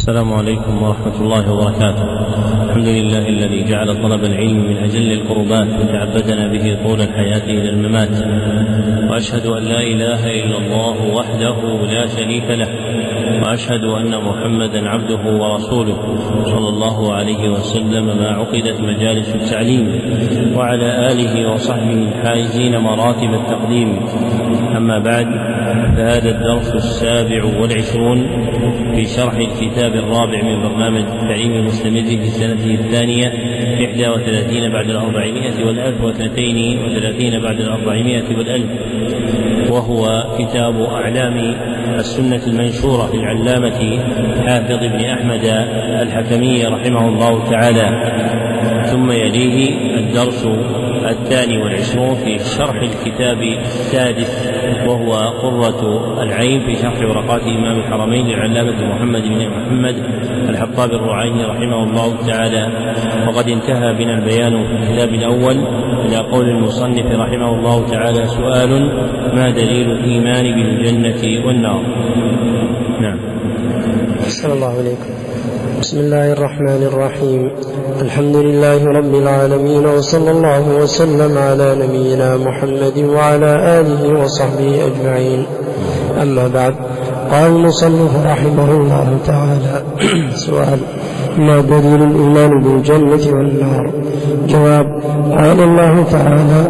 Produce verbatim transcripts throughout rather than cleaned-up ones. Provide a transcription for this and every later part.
السلام عليكم ورحمة الله وبركاته. الحمد لله الذي جعل طلب العلم من أجل القربات وتعبدنا به طول الحياة إلى الممات، وأشهد أن لا إله إلا الله وحده لا شريك له، وأشهد أن محمدا عبده ورسوله صلى الله عليه وسلم ما عقدت مجالس التعليم، وعلى آله وصحبه الحائزين مراتب التقديم. أما بعد، فهذا الدرس السابع والعشرون في شرح الكتاب الرابع من برنامج التعليم المستمر في سنته الثانية إحدى وثلاثين بعد الأربعمائة والألف واثنتين وثلاثين بعد الأربعمائة والألف، وهو كتاب أعلام السنة المنشورة للعلامة حافظ بن أحمد الحكمي رحمه الله تعالى. ثم يليه الدرس الثاني والعشرون في شرح الكتاب السادس، وهو قرة العين في شرح ورقات إمام الحرمين للعلامة محمد بن محمد الحطاب الرعيني رحمه الله تعالى. وقد انتهى بنا البيان في الكتاب الأول إلى قول المصنف رحمه الله تعالى: سؤال: ما دليل الإيمان بالجنة والنار؟ نعم. السلام الله عليكم. بسم الله الرحمن الرحيم. الحمد لله رب العالمين، وصلى الله وسلم على نبينا محمد وعلى آله وصحبه أجمعين. أما بعد، قال المصنف رحمه الله تعالى: سؤال: ما دليل الإيمان بالجنة والنار؟ جواب: قال الله تعالى: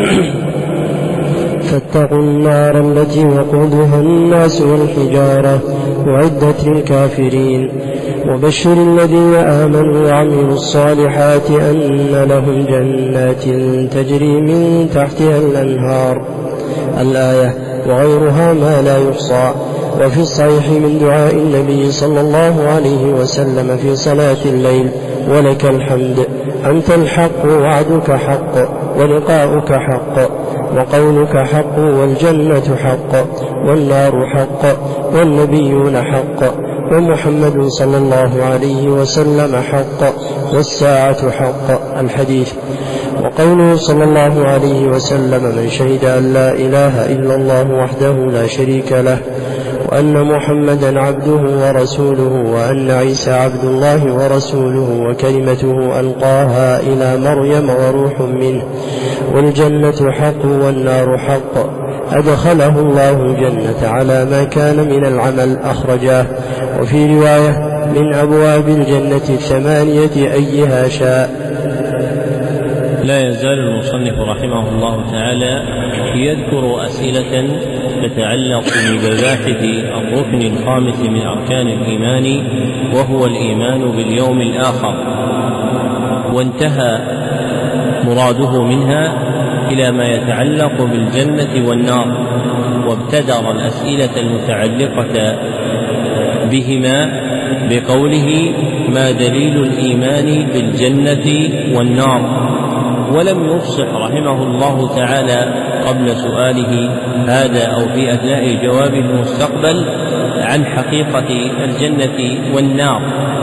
فاتقوا النار التي وقودها الناس والحجارة أعدت للكافرين، وبشر الذين آمنوا وعملوا الصالحات أن لهم جنات تجري من تحتها الأنهار. الآية وغيرها ما لا يحصى. وفي الصحيح من دعاء النبي صلى الله عليه وسلم في صلاة الليل: ولك الحمد، أنت الحق، وعدك حق، ولقاؤك حق، وقولك حق، والجنة حق، والنار حق، والنبيون حق، ومحمد صلى الله عليه وسلم حق، والساعة حق. الحديث. وقوله صلى الله عليه وسلم: من شهد أن لا إله إلا الله وحده لا شريك له، وأن محمدا عبده ورسوله، وأن عيسى عبد الله ورسوله وكلمته ألقاها إلى مريم وروح منه، والجنة حق والنار حق، أدخله الله الجنة على ما كان من العمل. أخرجاه. وفي رواية: من أبواب الجنة الثمانية أيها شاء. لا يزال المصنف رحمه الله تعالى يذكر أسئلة تتعلق بمباحث الركن الخامس من أركان الإيمان، وهو الإيمان باليوم الآخر، وانتهى مراده منها إلى ما يتعلق بالجنة والنار، وابتدر الأسئلة المتعلقة بهما بقوله: ما دليل الإيمان بالجنة والنار؟ ولم يفصح رحمه الله تعالى قبل سؤاله هذا أو في أثناء جوابه المستقبل عن حقيقة الجنة والنار.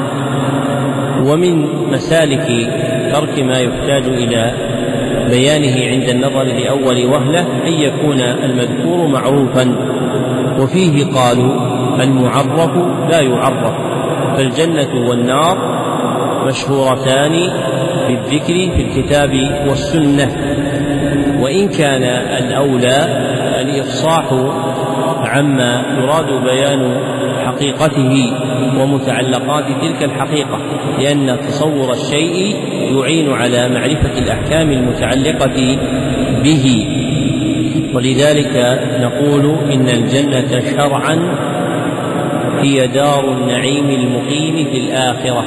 ومن مسالك ترك ما يحتاج إلى بيانه عند النظر لأول وهلة أن يكون المذكور معروفا، وفيه قالوا: المعرف لا يعرف، فالجنة والنار مشهورتان بالذكر في الكتاب والسنة، وإن كان الأولى الإفصاح عما يراد بيان حقيقته ومتعلقات تلك الحقيقة، لأن تصور الشيء يعين على معرفة الأحكام المتعلقة به. ولذلك نقول إن الجنة شرعا هي دار النعيم المقيم في الآخرة،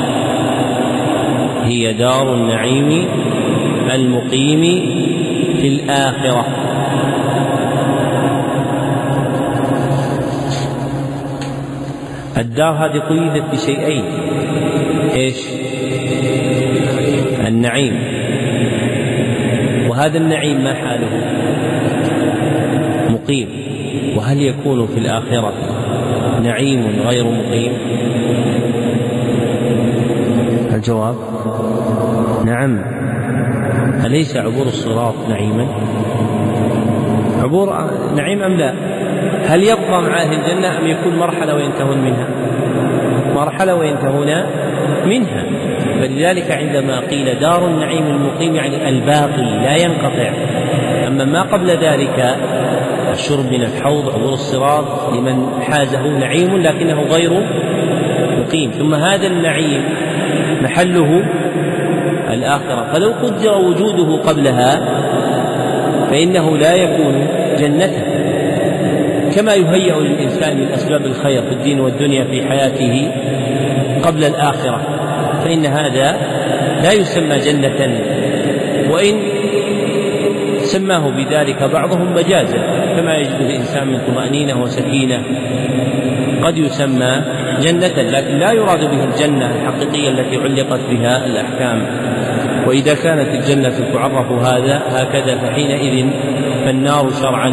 هي دار النعيم المقيم في الآخرة. الدار هذه قيدت بشيئين: ايش؟ النعيم. وهذا النعيم ما حاله؟ مقيم. وهل يكون في الآخرة نعيم غير مقيم؟ الجواب: نعم. أليس عبور الصراط نعيما؟ عبور نعيم أم لا؟ هل يبقى مع أهل الجنة أم يكون مرحلة وينتهون منها؟ مرحلة وينتهون منها. فلذلك عندما قيل دار النعيم المقيم يعني الباقي لا ينقطع. أما ما قبل ذلك الشرب من الحوض عبور الصراط لمن حازه نعيم لكنه غير مقيم، ثم هذا النعيم محله الآخرة، فلو قدر وجوده قبلها فإنه لا يكون جنته، كما يهيأ للإنسان من أسباب الخير في الدين والدنيا في حياته قبل الآخرة، فإن هذا لا يسمى جنة، وإن سماه بذلك بعضهم مجازا، كما يجد الإنسان من طمأنينة وسكينة قد يسمى جنة، لكن لا يراد به الجنة الحقيقية التي علقت بها الأحكام. وإذا كانت الجنة تعرف هذا هكذا فحينئذ فالنار شرعا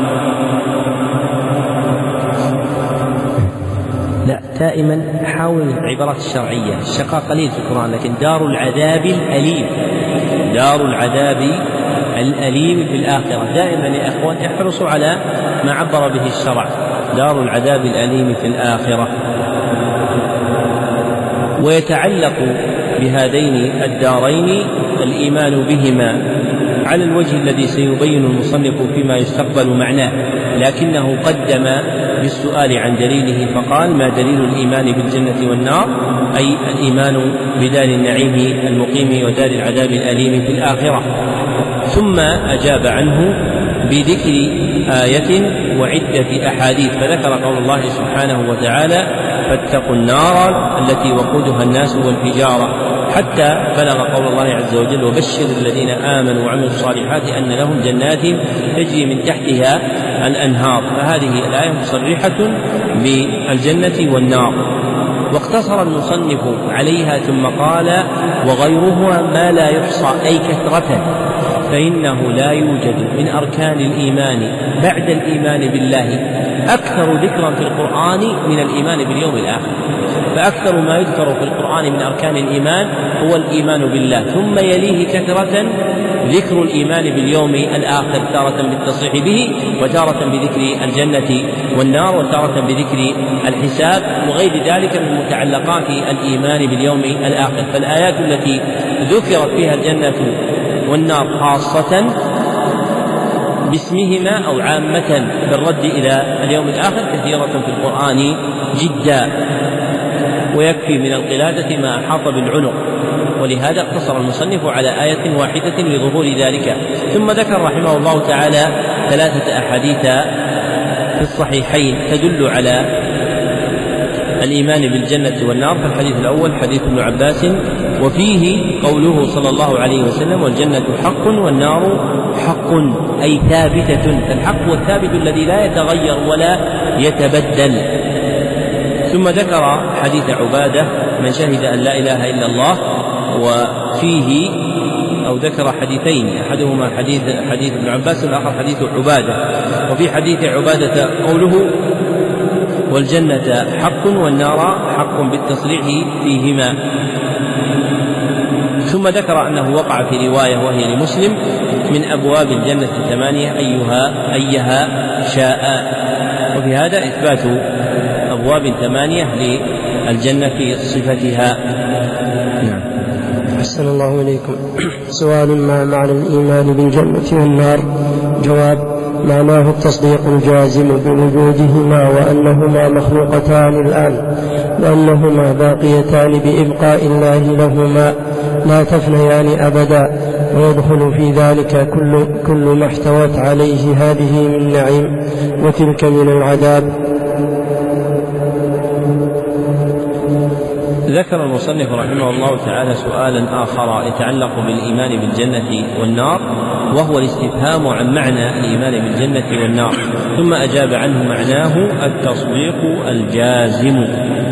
لا، دائما حاول العبارات الشرعية، الشقاء قليل في القرآن، لكن دار العذاب الأليم، دار العذاب الأليم في الآخرة. دائما يا أخوان احرصوا على ما عبر به الشرع، دار العذاب الأليم في الآخرة. ويتعلق بهذين الدارين الإيمان بهما على الوجه الذي سيبين المصنف فيما يستقبل معناه، لكنه قدم بالسؤال عن دليله فقال: ما دليل الإيمان بالجنة والنار؟ أي الإيمان بدار النعيم المقيم ودار العذاب الأليم في الآخرة. ثم أجاب عنه بذكر آية وعدة أحاديث، فذكر قول الله سبحانه وتعالى: فاتقوا النار التي وقودها الناس والحجارة، حتى بلغ قول الله عز وجل: وبشر الذين آمنوا وعملوا الصالحات أن لهم جنات تجري من تحتها الأنهار. فهذه الآية مصرحة بالجنة والنار، واقتصر المصنف عليها ثم قال: وغيرها ما لا يحصى أي كثرة، فإنه لا يوجد من أركان الإيمان بعد الإيمان بالله أكثر ذكرا في القرآن من الإيمان باليوم الآخر. فأكثر ما يذكر في القرآن من أركان الإيمان هو الإيمان بالله، ثم يليه كثرة ذكر الإيمان باليوم الآخر، تارة بالتصريح به، وتارة بذكر الجنة والنار، وتارة بذكر الحساب، وغير ذلك من متعلقات الإيمان باليوم الآخر. فالآيات التي ذكرت فيها الجنة والنار خاصة باسمهما أو عامة بالرد إلى اليوم الآخر كثيرة في القرآن جدا، ويكفي من القلادة ما أحاط بالعنق، ولهذا اقتصر المصنف على آية واحدة لظهور ذلك. ثم ذكر رحمه الله تعالى ثلاثة أحاديث في الصحيحين تدل على الإيمان بالجنة والنار. فالحديث الأول حديث ابن عباس، وفيه قوله صلى الله عليه وسلم: والجنة حق والنار حق، أي ثابتة. الحق والثابت الذي لا يتغير ولا يتبدل. ثم ذكر حديث عبادة من شهد أن لا إله إلا الله، وفيه أو ذكر حديثين، أحدهما حديث حديث ابن عباس والآخر حديث عبادة. وفي حديث عبادة قوله: والجنة حق والنار حق بالتصريح فيهما. ثم ذكر أنه وقع في رواية وهي لمسلم: من أبواب الجنة الثمانية أيها أيها شاء. وفي هذا إثبات أبواب ثمانية للجنة في صفتها. نعم. أحسن الله إليكم. سؤال: ما معنى الإيمان بالجنة والنار؟ جواب: معناه التصديق الجازم بوجودهما وأنهما مخلوقتان الآن، وأنهما باقيتان بإبقاء الله لهما لا تفنيان أبدا، ويدخل في ذلك كل, كل ما احتوت عليه هذه من نعيم وتلك من العذاب. ذكر المصنف رحمه الله تعالى سؤالا آخر يتعلق بالإيمان بالجنة والنار، وهو الاستفهام عن معنى الإيمان بالجنة والنار، ثم أجاب عنه معناه التصديق الجازم.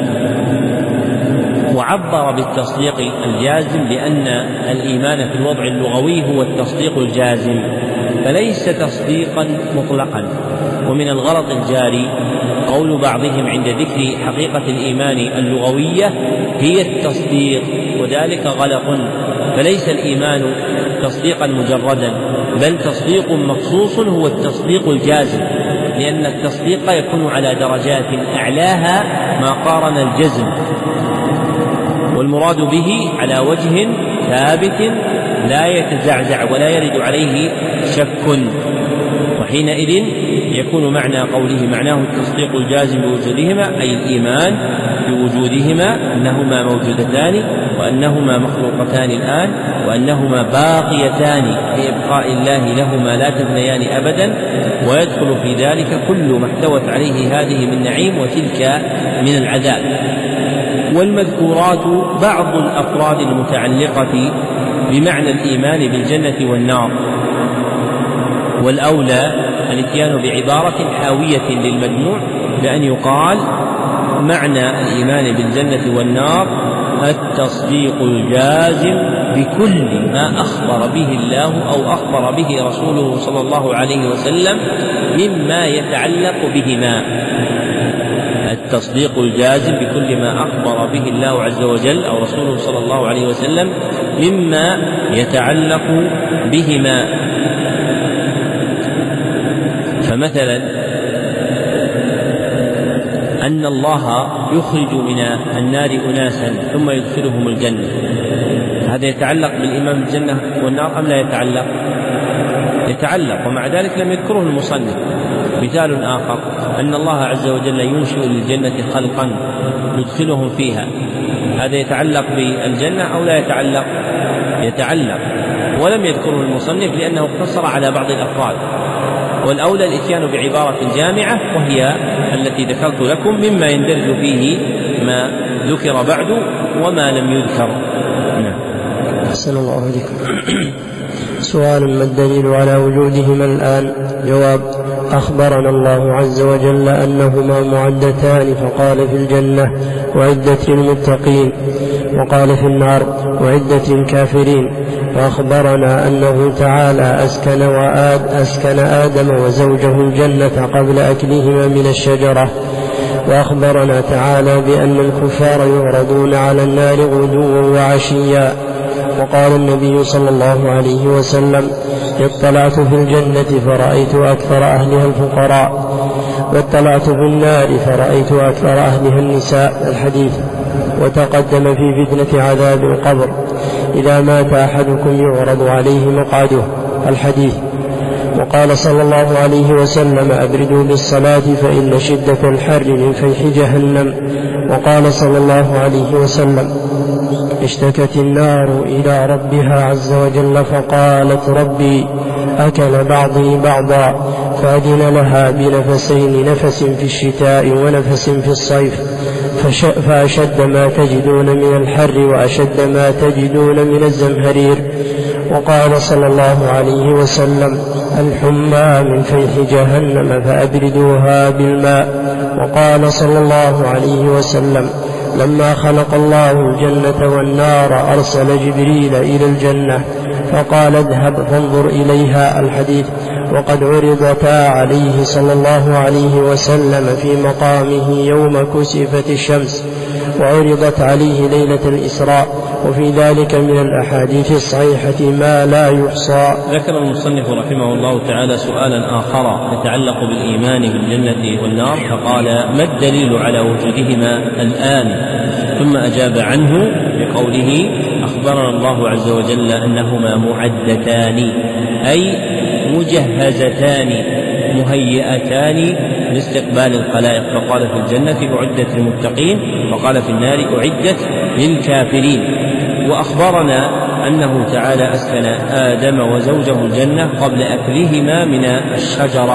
وعبر بالتصديق الجازم بأن الإيمان في الوضع اللغوي هو التصديق الجازم، فليس تصديقا مطلقا. ومن الغلط الجاري قول بعضهم عند ذكر حقيقة الإيمان اللغوية هي التصديق، وذلك غلط. فليس الإيمان تصديقا مجردا، بل تصديق مخصوص هو التصديق الجازم، لأن التصديق يكون على درجات، أعلاها ما قارن الجزم، والمراد به على وجه ثابت لا يتزعزع ولا يرد عليه شك، وحينئذ يكون معنى قوله معناه التصديق الجازم بوجودهما أي الإيمان بوجودهما، أنهما موجودتان وأنهما مخلوقتان الآن وأنهما باقيتان بإبقاء الله لهما لا تفنيان أبدا، ويدخل في ذلك كل ما احتوت عليه هذه من نعيم وتلك من العذاب. والمذكورات بعض الأفراد المتعلقة بمعنى الإيمان بالجنة والنار، والأولى الاتيان بعبارة حاوية للمجموع بأن يقال معنى الإيمان بالجنة والنار التصديق الجازم بكل ما أخبر به الله أو أخبر به رسوله صلى الله عليه وسلم مما يتعلق بهما، التصديق الجازم بكل ما أخبر به الله عز وجل أو رسوله صلى الله عليه وسلم مما يتعلق بهما. فمثلا أن الله يخرج من النار أناسا ثم يدخلهم الجنة، هذا يتعلق بالإيمان بالجنة والنار أم لا يتعلق؟ يتعلق، ومع ذلك لم يذكره المصنف. مثال آخر أن الله عز وجل ينشئ للجنة خلقا يدخلهم فيها، هذا يتعلق بالجنة أو لا يتعلق؟ يتعلق، ولم يذكره المصنف لأنه اقتصر على بعض الأفراد، والأولى الإتيان بعبارة جامعة وهي التي ذكرت لكم مما يندرج فيه ما ذكر بعد وما لم يذكر. نعم. أحسن الله عليكم. سؤال: ما الدليل على وجودهما الآن؟ جواب: أخبرنا الله عز وجل أنهما معدتان، فقال في الجنة وعدة المتقين، وقال في النار وعدة الكافرين، وأخبرنا أنه تعالى أسكن وآد أسكن آدم وزوجه الجنة قبل أكلهما من الشجرة، وأخبرنا تعالى بأن الكفار يعرضون على النار غدوا وعشيا. وقال النبي صلى الله عليه وسلم: اطلعت في الجنة فرأيت أكثر أهلها الفقراء، واطلعت في النار فرأيت أكثر أهلها النساء. الحديث. وتقدم في فتنة عذاب القبر: إذا مات أحدكم يعرض عليه مقعده. الحديث. وقال صلى الله عليه وسلم: أبردوا بالصلاة فإن شدة الحر من فيح جهنم. وقال صلى الله عليه وسلم: اشتكت النار إلى ربها عز وجل فقالت: ربي أكل بعضي بعضا، فأذن لها بنفسين، نفس في الشتاء ونفس في الصيف، فأشد ما تجدون من الحر وأشد ما تجدون من الزمهرير. وقال صلى الله عليه وسلم: الحمى من فيح جهنم فأبردوها بالماء. وقال صلى الله عليه وسلم: لما خلق الله الجنة والنار أرسل جبريل إلى الجنة فقال: اذهب فانظر إليها. الحديث. وقد عرضتا عليه صلى الله عليه وسلم في مقامه يوم كسفت الشمس، وعرضت عليه ليلة الإسراء، وفي ذلك من الأحاديث الصحيحة ما لا يحصى. ذكر المصنف رحمه الله تعالى سؤالا آخر يتعلق بالإيمان بالجنة والنار، فقال: ما الدليل على وجودهما الآن؟ ثم أجاب عنه بقوله: أخبرنا الله عز وجل أنهما معدتان، أي مجهزتان مهيئتان لاستقبال الخلائق، فقال في الجنة أعدت للمتقين، وقال في النار أعدت للكافرين. وأخبرنا أنه تعالى أسكن آدم وزوجه الجنة قبل أكلهما من الشجرة،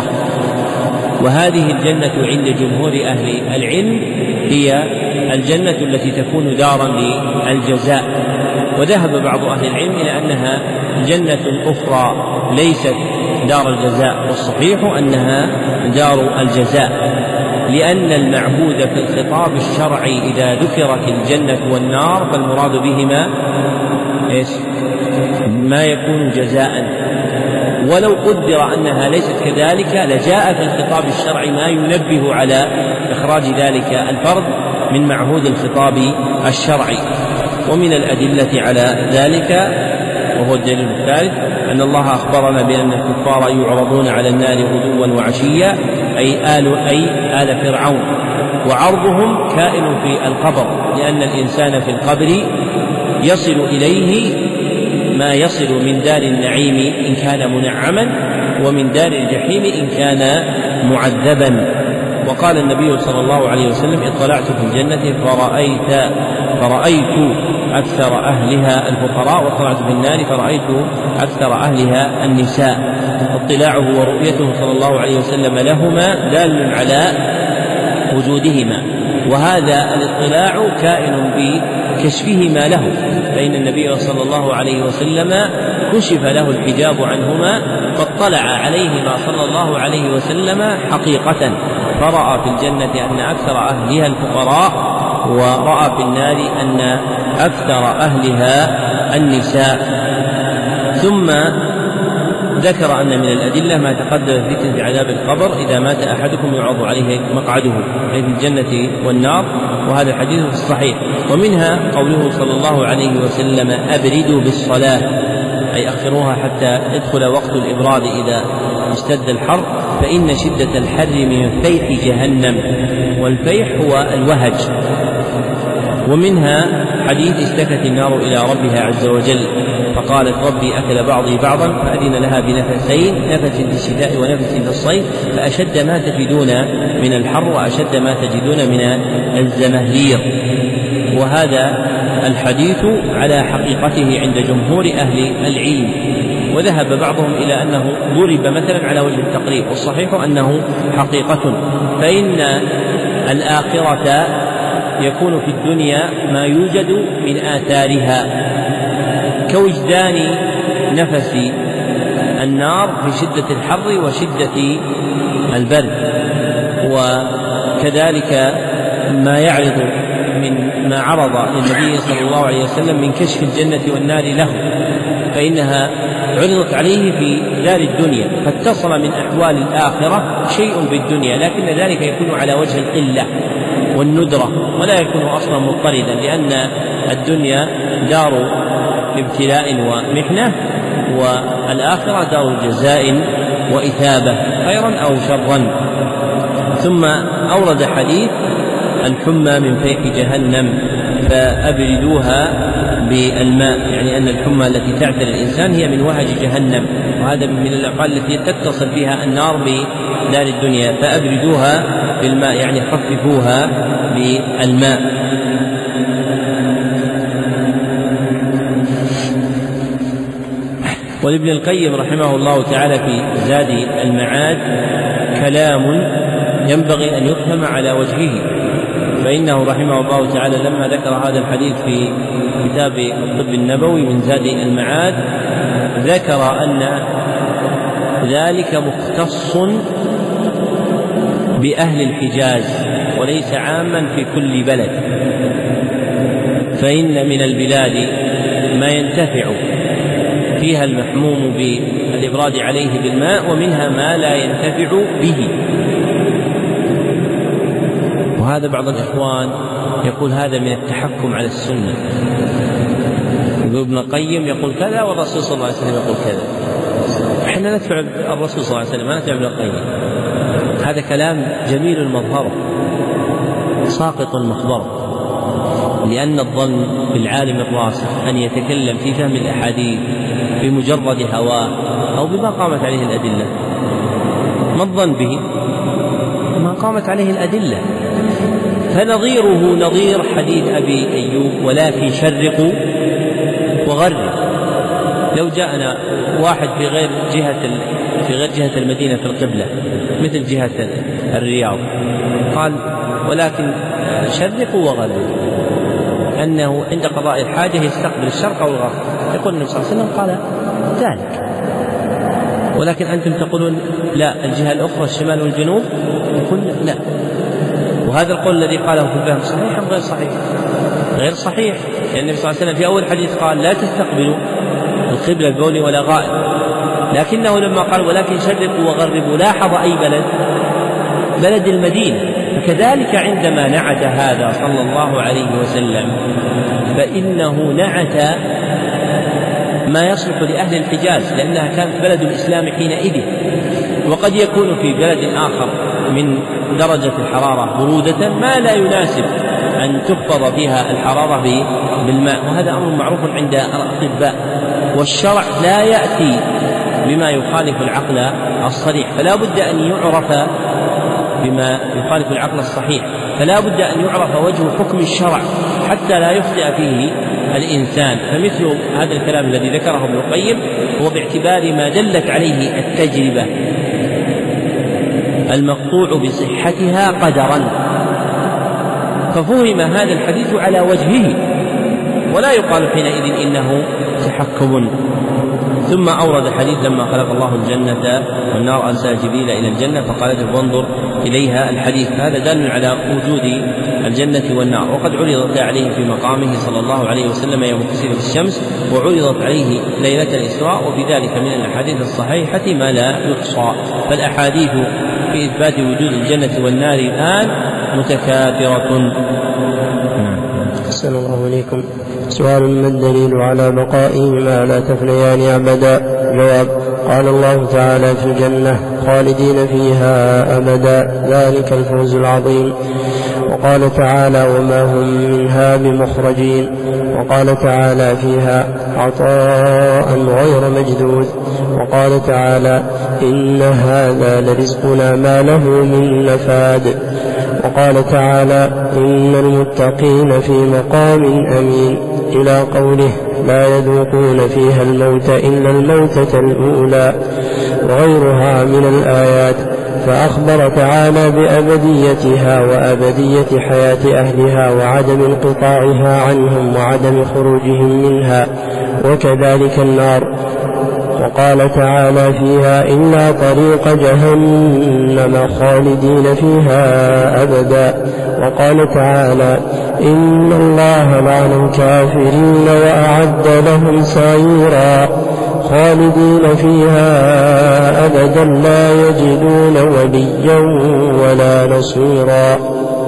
وهذه الجنة عند جمهور أهل العلم هي الجنة التي تكون دارا للجزاء، وذهب بعض أهل العلم إلى أنها جنة أخرى ليست دار الجزاء، والصحيح أنها دار الجزاء، لأن المعهود في الخطاب الشرعي إذا ذكرت الجنة والنار فالمراد بهما إيش؟ ما يكون جزاء، ولو قدر أنها ليست كذلك لجاء في الخطاب الشرعي ما ينبه على إخراج ذلك الفرد من معهود الخطاب الشرعي. ومن الأدلة على ذلك وهو الدليل الثالث أن الله أخبرنا بأن الكفار يعرضون على النار غدوا وعشيا، أي آل أي آل فرعون، وعرضهم كائن في القبر، لأن الإنسان في القبر يصل إليه ما يصل من دار النعيم إن كان منعما، ومن دار الجحيم إن كان معذبا. وقال النبي صلى الله عليه وسلم: اطلعت في الجنة فرأيت فرأيت أكثر أهلها الفقراء، واطلعت في النار فرأيت أكثر أهلها النساء. اطلاعه ورؤيته صلى الله عليه وسلم لهما دال على وجودهما، وهذا الاطلاع كائن بكشفهما له، فإن النبي صلى الله عليه وسلم كشف له الحجاب عنهما فاطلع عليهما صلى الله عليه وسلم حقيقة، فرأى في الجنة أن أكثر أهلها الفقراء، ورأى في النار أن أكثر أهلها النساء. ثم ذكر أن من الأدلة ما تقدم في فتنة عذاب القبر: إذا مات أحدكم يعرض عليه مقعده، أي في الجنة والنار، وهذا الحديث في الصحيح. ومنها قوله صلى الله عليه وسلم: أبردوا بالصلاة، أي أخروها حتى يدخل وقت الإبراد إذا اشتد الحر، فإن شدة الحر من فيح جهنم، والفيح هو الوهج. ومنها حديث: اشتكت النار إلى ربها عز وجل فقالت: ربي أكل بعضي بعضا، فأذن لها بنفسين، نفس في الشتاء ونفس في الصيف، فأشد ما تجدون من الحر وأشد ما تجدون من الزمهرير. وهذا الحديث على حقيقته عند جمهور أهل العلم، وذهب بعضهم إلى أنه ضرب مثلا على وجه التقريب، والصحيح أنه حقيقة، فإن الآخرة يكون في الدنيا ما يوجد من آثارها كوجدان نفس النار في شدة الحر وشدة البرد، وكذلك ما يعرض من ما عرض للنبي صلى الله عليه وسلم من كشف الجنة والنار له، فإنها عرضت عليه في دار الدنيا، فاتصل من أحوال الآخرة شيء بالدنيا، لكن ذلك يكون على وجه القلة والندرة، ولا يكون أصلا مضطردا، لأن الدنيا دار ابتلاء ومحنة، والآخرة دار جزاء وإثابة، خيرا أو شرا. ثم أورد حديث الحمى من فيح جهنم فأبردوها بالماء، يعني أن الحمى التي تعتري الإنسان هي من وهج جهنم، وهذا من الأفعال التي تتصل فيها النار بدار الدنيا، فأبردوها بالماء يعني خففوها بالماء. ولابن القيم رحمه الله تعالى في زاد المعاد كلام ينبغي أن يفهم على وجهه، فإنه رحمه الله تعالى لما ذكر هذا الحديث في كتاب الطب النبوي من زاد المعاد ذكر أن ذلك مختص بأهل الحجاز وليس عاما في كل بلد، فإن من البلاد ما ينتفع فيها المحموم بالإبراد عليه بالماء، ومنها ما لا ينتفع به. وهذا بعض الإخوان يقول هذا من التحكم على السنة، ابن القيم يقول كذا والرسول صلى الله عليه وسلم يقول كذا، احنا نتبع الرسول صلى الله عليه وسلم ما نتبع ابن القيم. هذا كلام جميل مظهره ساقط مخبره، لأن الظن بالعالم الراسخ أن يتكلم في فهم الأحاديث بمجرد هواه أو بما قامت عليه الأدلة. ما الظن به؟ ما قامت عليه الأدلة، فنظيره نظير حديث أبي أيوب: ولكن شرقوا وغربوا. لو جاءنا واحد في غير جهة في غير جهة المدينة في القبلة مثل جهة الرياض قال ولكن شرقوا وغربوا، أنه عند قضاء الحاجة يستقبل الشرق أو الغرب، يقول النبي صلى الله عليه وسلم قال ذلك، ولكن أنتم تقولون لا الجهة الأخرى الشمال والجنوب، يقول لا. وهذا القول الذي قاله في الفهم صحيح أم غير صحيح؟ غير صحيح، لأن النبي صلى الله عليه وسلم في أول حديث قال لا تستقبلوا القبلة ببول ولا غائب، لكنه لما قال ولكن شرقوا وغربوا لاحظ أي بلد؟ بلد المدينة. فكذلك عندما نعت هذا صلى الله عليه وسلم فإنه نعت ما يصلح لأهل الحجاز، لأنها كانت بلد الإسلام حينئذ، وقد يكون في بلد آخر من درجة الحرارة برودة ما لا يناسب أن تخفض فيها الحرارة بالماء، وهذا أمر معروف عند الأطباء. والشرع لا يأتي بما يخالف العقل الصريح، فلا بد أن يعرف بما يخالف العقل الصحيح، فلا بد أن يعرف وجه حكم الشرع حتى لا يخطئ فيه الإنسان. فمثل هذا الكلام الذي ذكره ابن القيم هو باعتبار ما دلت عليه التجربة المقطوع بصحتها قدرا، ففهم هذا الحديث على وجهه، ولا يقال حينئذ إنه تحكم. ثم أورد حديث لما خلق الله الجنة والنار أرسل جبريل إلى الجنة فقال وانظر إليها الحديث، هذا دال على وجود الجنة والنار، وقد عرضت عليه في مقامه صلى الله عليه وسلم يوم كسفت الشمس، وعرضت عليه ليلة الإسراء، وفي ذلك من الأحاديث الصحيحة ما لا يحصى. فالأحاديث في إثبات وجود الجنة والنار الآن متكاثرة. أحسن الله إليكم. سؤال: ما الدليل على بقائهما لا تفنيان أبدا؟ جواب: قال الله تعالى في الجنة: خالدين فيها أبدا، ذلك الفوز العظيم. وقال تعالى: وما هم منها بمخرجين. وقال تعالى فيها: عطاء غير مجدود. وقال تعالى: إن هذا لرزقنا ما له من نفاد. وقال تعالى: إن المتقين في مقام أمين، إلى قوله: لا يذوقون فيها الموت إلا الموتة الأولى، وغيرها من الآيات. فأخبر تعالى بأبديتها وأبدية حياة أهلها وعدم انقطاعها عنهم وعدم خروجهم منها، وكذلك النار. وقال تعالى فيها: إلا طريق جهنم خالدين فيها أبدا. وقال تعالى: إن الله لعن الكافرين وأعد لهم سعيرا، خالدين فيها أبدا لا يجدون وليا ولا نصيرا.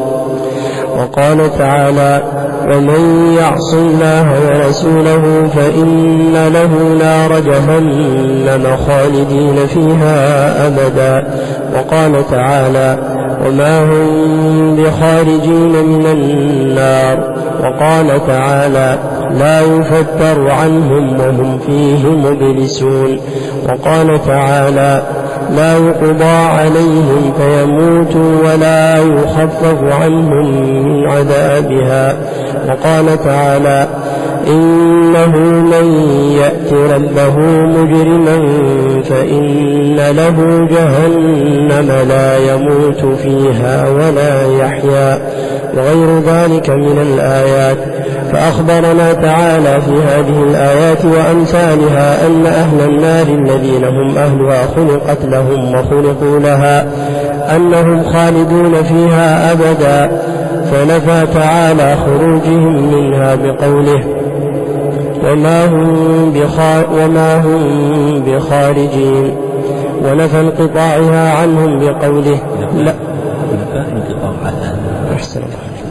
وقال تعالى: ومن يعص الله ورسوله فإن له نار جهنم خالدين فيها أبدا. وقال تعالى: وما هم بخارجين من النار. وقال تعالى: لا يفتر عنهم وهم فيه مبلسون. وقال تعالى: لا يقضى عليهم فيموتوا ولا يخفف عنهم من عذابها. وقال تعالى: إنه من يأت ربه مجرما فإن له جهنم لا يموت فيها ولا يحيا، وغير ذلك من الآيات. فأخبرنا تعالى في هذه الآيات وأمثالها أن أهل النار الذين هم أهلها خلقت لهم وخلقوا لها أنهم خالدون فيها أبدا، فنفى تعالى خروجهم منها بقوله: وما هم, وما هم بخارجين، ونفى انقطاعها عنهم بقوله: لا أحسن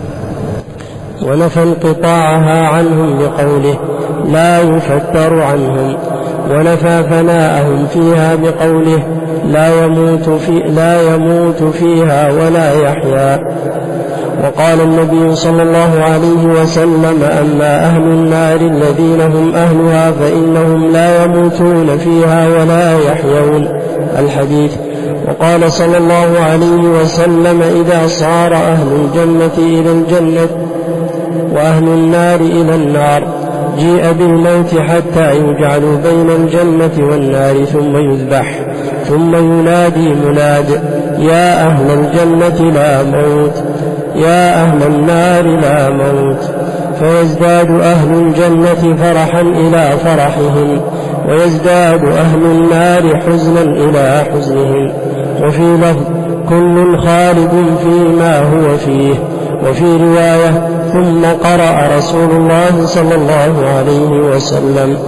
ونفى انقطاعها عنهم بقوله: لا يفتر عنهم. ونفى فناءهم فيها بقوله: لا يموت, في لا يموت فيها ولا يحيا. وقال النبي صلى الله عليه وسلم: أما أهل النار الذين هم أهلها فإنهم لا يموتون فيها ولا يحيون. الحديث. وقال صلى الله عليه وسلم: إذا صار أهل الجنة إلى الجنة وأهل النار إلى النار جيء بالموت حتى يجعل بين الجنة والنار ثم يذبح، ثم ينادي مناد: يا أهل الجنة لا موت، يا أهل النار لا موت. فيزداد أهل الجنة فرحا إلى فرحهم، ويزداد أهل النار حزنا إلى حزنهم. وفي لفظ: كل خالد فيما هو فيه. وفي رواية: ثم قرأ رسول الله صلى الله عليه وسلم: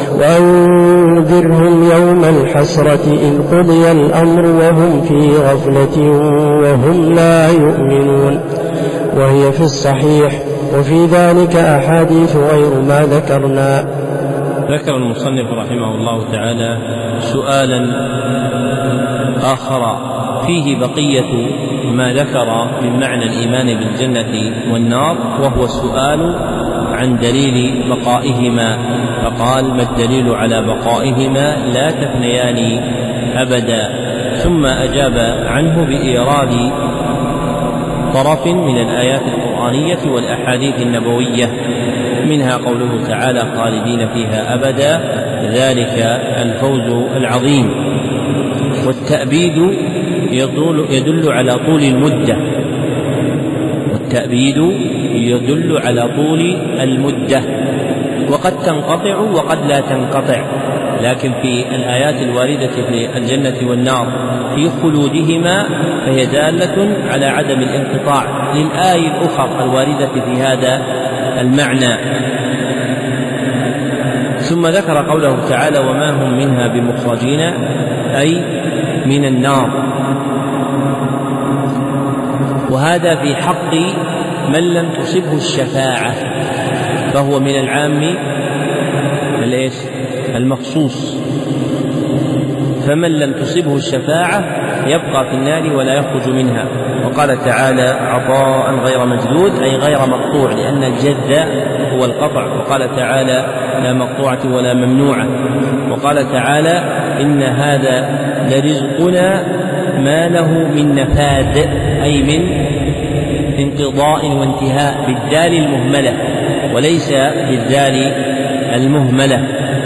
وأنذرهم يوم الحسرة إذ قضي الأمر وهم في غفلة وهم لا يؤمنون. وهي في الصحيح، وفي ذلك أحاديث غير ما ذكرنا. ذكر المصنف رحمه الله تعالى سؤالا آخر فيه بقية ما ذكر من معنى الإيمان بالجنة والنار، وهو السؤال عن دليل بقائهما، فقال: ما الدليل على بقائهما لا تفنيان أبدا. ثم أجاب عنه بإيراد طرف من الآيات القرآنية والأحاديث النبوية، منها قوله تعالى: خالدين فيها أبدا، ذلك الفوز العظيم. والتأبيد يدل على طول المدة، والتأبيد يدل على طول المدة، وقد تنقطع وقد لا تنقطع، لكن في الآيات الواردة في الجنة والنار في خلودهما فهي دالة على عدم الانقطاع للآية الأخرى الواردة في هذا المعنى. ثم ذكر قوله تعالى: وما هم منها بمخرجين، أي من النار، وهذا في حق من لم تصبه الشفاعة، فهو من العام المخصوص، فمن لم تصبه الشفاعة يبقى في النار ولا يخرج منها. وقال تعالى: عطاء غير مجدود، أي غير مقطوع، لأن الجد هو القطع. وقال تعالى: لا مقطوعة ولا ممنوعة. وقال تعالى: إن هذا لرزقنا ما له من نفاد، أي من انقضاء وانتهاء، بالدال المهملة وليس بالدال المهملة،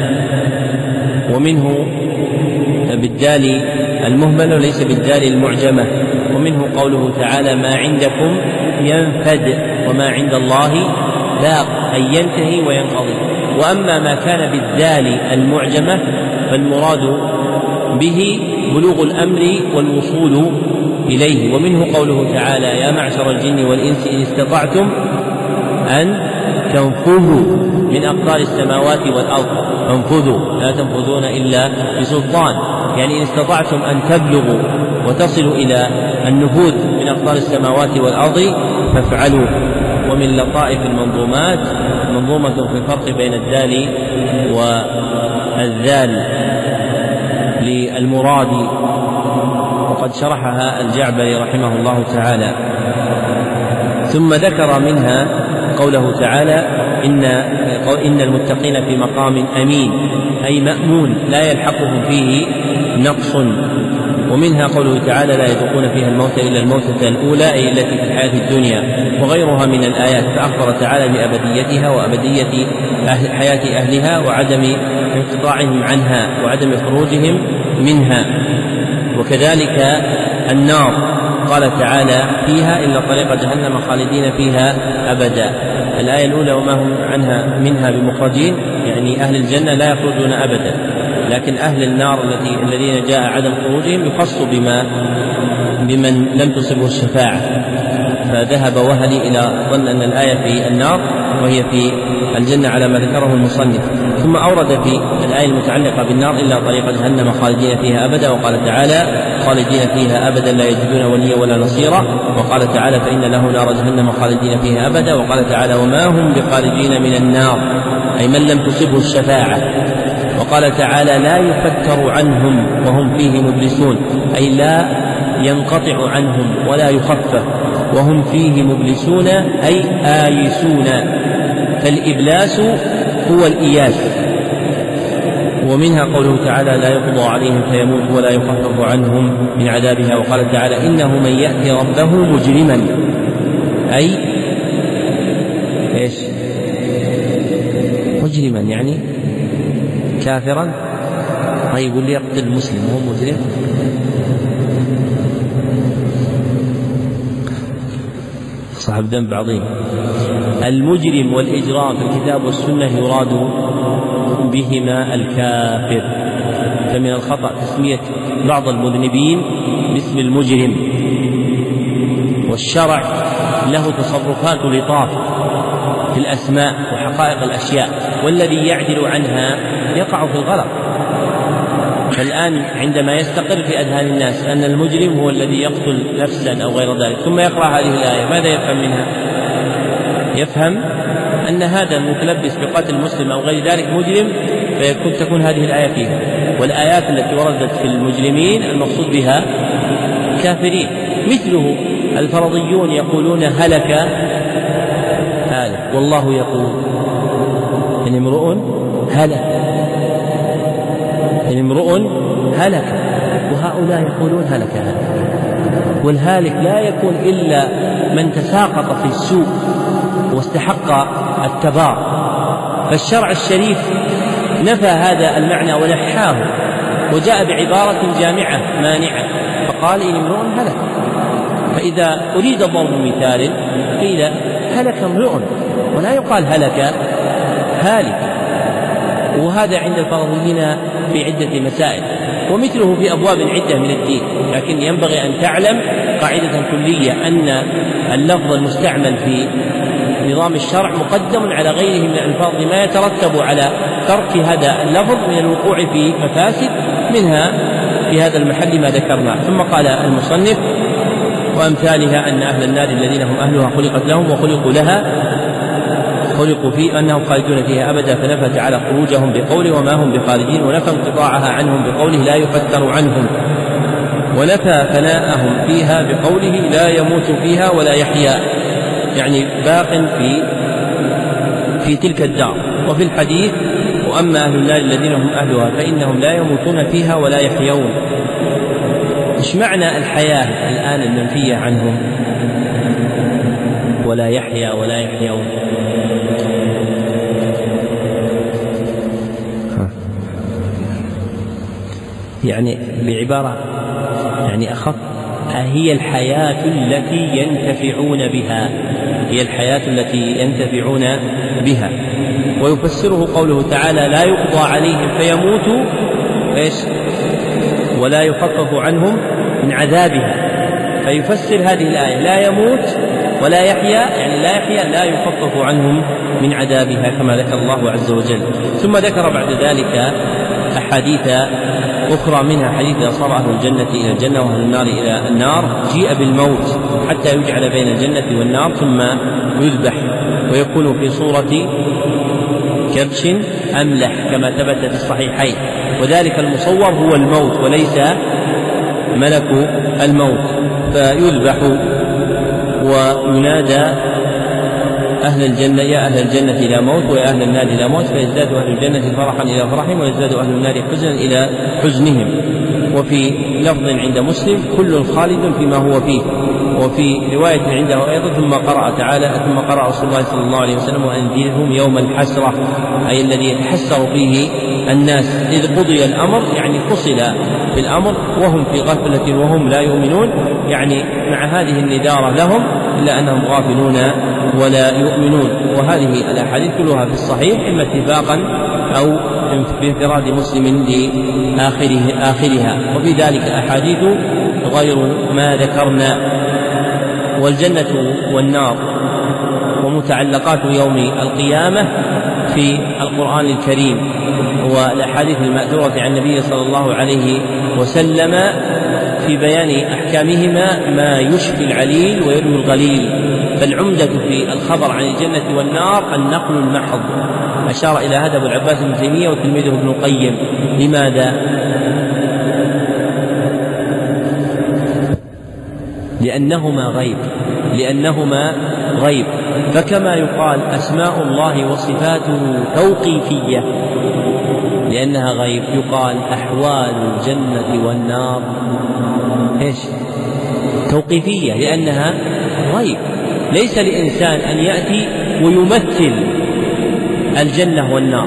ومنه بالدال المهملة وليس بالدال المعجمة. ومنه قوله تعالى: ما عندكم ينفد وما عند الله باق، أي ينتهي وينقضي. وأما ما كان بالدال المعجمة فالمراد به بلوغ الأمر والوصول إليه. ومنه قوله تعالى: يا معشر الجن والإنس إن استطعتم أن تنفذوا من أقطار السماوات والأرض فانفذوا لا تنفذون إلا بسلطان، يعني إن استطعتم أن تبلغوا وتصلوا إلى النفوذ من أقطار السماوات والأرض فافعلوا. ومن لطائف المنظومات منظومة في الفرق بين الدال والذال للمراد، وقد شرحها الجعبري رحمه الله تعالى. ثم ذكر منها قوله تعالى: إن, إن المتقين في مقام أمين، أي مأمون لا يلحقهم فيه نقص. ومنها قوله تعالى: لا يذوقون فيها الموت إلا الموتة الأولى، أي التي في الحياة الدنيا، وغيرها من الآيات. فأخبر تعالى بأبديتها وأبدية أهل حياة أهلها وعدم انقطاعهم عنها وعدم خروجهم منها. وكذلك النار قال تعالى: فيها إلا طريق جهنم خالدين فيها أبدا. الآية الأولى: وما هم عنها منها بمخرجين، يعني أهل الجنة لا يخرجون أبدا، لكن أهل النار التي الذين جاء عدم خروجهم يخص بما بمن لم تصبه الشفاعة. فذهب وهلي إلى ظن أن الآية في النار وهي في الجنة على ما ذكره المصنف. ثم أورد في الآية المتعلقة بالنار: إلا طريق جهنم خالدين فيها أبدا. وقال تعالى: خالدين فيها أبدا لا يجدون وليا ولا نصيرا. وقال تعالى: فإن له نار جهنم خالدين فيها أبدا. وقال تعالى: وما هم بخارجين من النار، أي من لم تصبه الشفاعة. وقال تعالى: لا يفتر عنهم وهم فيه مبلسون، أي لا ينقطع عنهم ولا يخفف وهم فيه مبلسون، أي آيسون. فالإبلاس هو الإياس. ومنها قوله تعالى: لا يقضى عليهم فيموت ولا يخفف عنهم من عذابها. وقال تعالى: إنه من يأتي ربه مجرما، أي إيش؟ مجرما يعني كافرا. طيب يقول لي يقتل مسلم هو مجرم؟ صاحب ذنب عظيم. المجرم والإجرام في الكتاب والسنة يراد بهما الكافر، فمن الخطأ تسمية بعض المذنبين باسم المجرم. والشرع له تصرفات لطاف في الأسماء وحقائق الأشياء، والذي يعدل عنها يقع في الغلط. فالآن عندما يستقر في أذهان الناس أن المجرم هو الذي يقتل نفسا أو غير ذلك، ثم يقرأ هذه الآية، ماذا يفهم منها؟ يفهم أن هذا المتلبس بقتل مسلم أو غير ذلك مجرم، فيكون تكون هذه الآية فيها. والآيات التي وردت في المجرمين المقصود بها كافرين. مثله الفرضيون يقولون هلك هالك، والله يقول إن امرؤ هلك إن امرؤ هلك، وهؤلاء يقولون هلك هلك. والهالك لا يكون إلا من تساقط في السوء واستحق التبار. فالشرع الشريف نفى هذا المعنى ونحاه وجاء بعبارة جامعة مانعة فقال إن امرؤ هلك. فإذا أريد ضرب مثال قيل هلك امرؤ ولا يقال هلك هالك. وهذا عند الفرضيين في عدة مسائل، ومثله في أبواب عدة من الدين. لكن ينبغي أن تعلم قاعدة كلية أن اللفظ المستعمل في نظام الشرع مقدم على غيره من الألفاظ ما يترتب على ترك هذا اللفظ من الوقوع في مفاسد، منها في هذا المحل ما ذكرنا. ثم قال المصنف وأمثالها أن أهل النار الذين هم أهلها خلقت لهم وخلقوا لها خلقوا في أنهم خالدون فيها أبدا، فنفى تعالى خروجهم بقوله وما هم بخالدين، ونفى انقطاعها عنهم بقوله لا يفتر عنهم، ونفى فناءهم فيها بقوله لا يموت فيها ولا يحيا، يعني باق في في تلك الدار. وفي الحديث وأما أهل النار الذين هم أهلها فإنهم لا يموتون فيها ولا يحيون. إيش معنى الحياة الآن المنفية عنهم ولا يحيا ولا يحيون؟ يعني بعبارة يعني أخف، هي الحياة التي ينتفعون بها هي الحياة التي ينتفعون بها. ويفسره قوله تعالى لا يقضى عليهم فيموتوا إيش ولا يخفف عنهم من عذابها. فيفسر هذه الآية لا يموت ولا يحيا، يعني لا يحيا لا يخفف عنهم من عذابها كما ذكر الله عز وجل. ثم ذكر بعد ذلك أحاديث أخرى، منها حديث أصاب أهل الجنة إلى الجنة وأهل النار إلى النار جيء بالموت حتى يجعل بين الجنة والنار ثم يذبح ويكون في صورة كبش أملح كما ثبت في الصحيحين، وذلك المصور هو الموت وليس ملك الموت. فيذبح وينادى أهل الجنة يا أهل الجنة إلى موت ويا أهل النار إلى موت، فيزداد أهل الجنة فرحا إلى فرحهم ويزداد أهل النار حزنا إلى حزنهم. وفي لفظ عند مسلم كل خالد فيما هو فيه. وفي رواية عنده أيضا ثم قرأ تعالى ثم قرأ رسول الله صلى الله عليه وسلم وأنذرهم يوم الحسرة، أي الذي يتحسر فيه الناس إذ قضي الأمر، يعني فصل في الأمر وهم في غفلة وهم لا يؤمنون، يعني مع هذه النذارة لهم إلا أنهم غافلون ولا يؤمنون. وهذه الأحاديث كلها في الصحيح إما اتفاقا أو بانفراد مسلم لآخره آخرها. وفي ذلك أحاديث غير ما ذكرنا. والجنة والنار ومتعلقات يوم القيامة في القرآن الكريم والأحاديث المأثورة عن النبي صلى الله عليه وسلم في بيان أحكامهما ما يشفي العليل ويروي الغليل. فالعمدة في الخبر عن الجنة والنار النقل المحض، أشار إلى هذا أبو العباس بن تيمية وتلميذه ابن القيم. لماذا؟ لأنهما غيب لأنهما غيب فكما يقال أسماء الله وصفاته توقيفية لأنها غيب، يقال أحوال الجنة والنار إيش؟ توقيفية لأنها غيب. ليس لإنسان أن يأتي ويمثل الجنة والنار،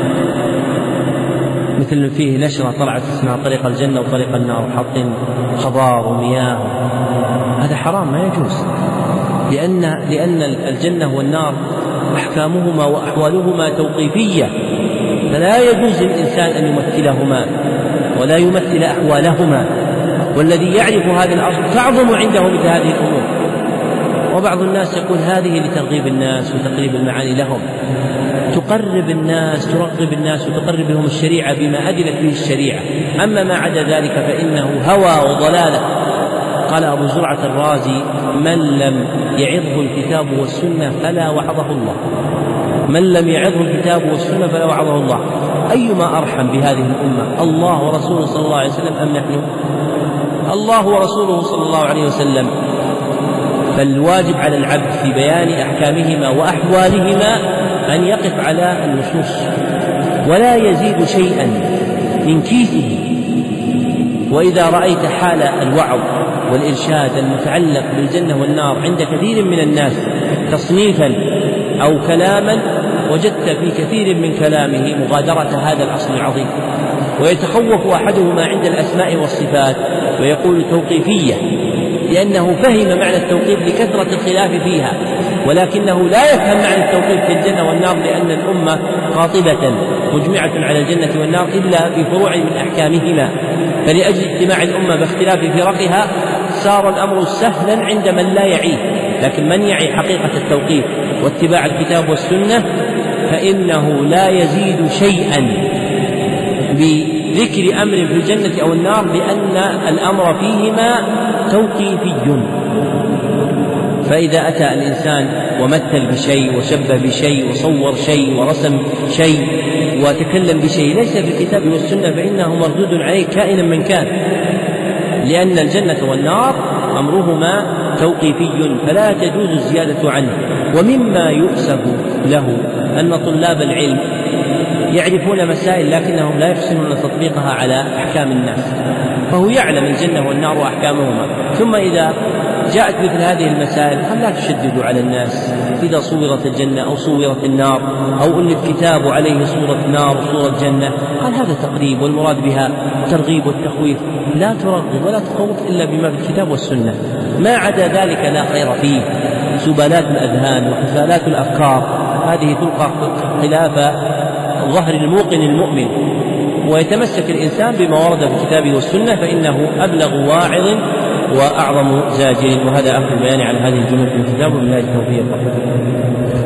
مثل فيه نشرة طلعت اسمها طريق الجنة وطريق النار وحاطين خضار ومياه، هذا حرام ما يجوز، لأن لأن الجنة والنار أحكامهما وأحوالهما توقيفية، فلا يجوز للإنسان أن يمثلهما ولا يمثل أحوالهما. والذي يعرف هذه الأصل تعظم عنده مثل هذه الأمور. وبعض الناس يقول هذه لترغيب الناس وتقريب المعاني لهم، تقرب الناس ترغب الناس وتقرب لهم الشريعة بما أدلت به الشريعة. أما ما عدا ذلك فإنه هوى وضلالة قال أبو زرعة الرازي: من لم يعظه الكتاب والسنة فلا وعظه الله، من لم يعظه الكتاب والسنة فلا وعظه الله. أيما أرحم بهذه الأمة، الله ورسوله صلى الله عليه وسلم أم نحن؟ الله ورسوله صلى الله عليه وسلم. فالواجب على العبد في بيان أحكامهما وأحوالهما أن يقف على النصوص ولا يزيد شيئا من كيفه. وإذا رأيت حال الوعظ والإرشاد المتعلق بالجنة والنار عند كثير من الناس تصنيفا أو كلاما، وجدت في كثير من كلامه مغادرة هذا الأصل العظيم، ويتخوف أحدهما عند الأسماء والصفات ويقول توقيفية، لأنه فهم معنى التوقيف لكثرة الخلاف فيها، ولكنه لا يفهم معنى التوقيف في الجنة والنار، لأن الأمة قاطبة مجمعة على الجنة والنار إلا بفروع من أحكامهما. فلأجل اجتماع الأمة باختلاف فرقها صار الأمر سهلا عند من لا يعيه، لكن من يعي حقيقة التوقيف واتباع الكتاب والسنة فإنه لا يزيد شيئا بذكر أمر في الجنة أو النار، لأن الأمر فيهما توقيفي. فإذا أتى الإنسان ومثل بشيء وشبه بشيء وصور شيء ورسم شيء وتكلم بشيء ليس في الكتاب والسنة فإنه مردود عليه كائنا من كان، لأن الجنة والنار أمرهما توقيفي فلا تجوز الزيادة عنه. ومما يؤسف له أن طلاب العلم يعرفون مسائل لكنهم لا يحسنون تطبيقها على أحكام الناس، فهو يعلم الجنة والنار وأحكامهما، ثم إذا جاءت مثل هذه المسائل قال لا تشددوا على الناس إذا صورت الجنة أو صورت النار، أو أن الكتاب عليه صورة نار وصورة جنة، قال هذا تقريب والمراد بها الترغيب والتخويف، لا ترغب ولا تخوف إلا بما في الكتاب والسنة، ما عدا ذلك لا خير فيه. سبالات الأذهان وحزالات الأفكار هذه تلقى خلاف ظهر الموقن المؤمن، ويتمسك الإنسان بما ورد في الكتاب والسنة فإنه أبلغ واعظ وأعظم زاجر. وهذا آخر البيان على هذه الجملة في الكتاب، وبالله التوفيق.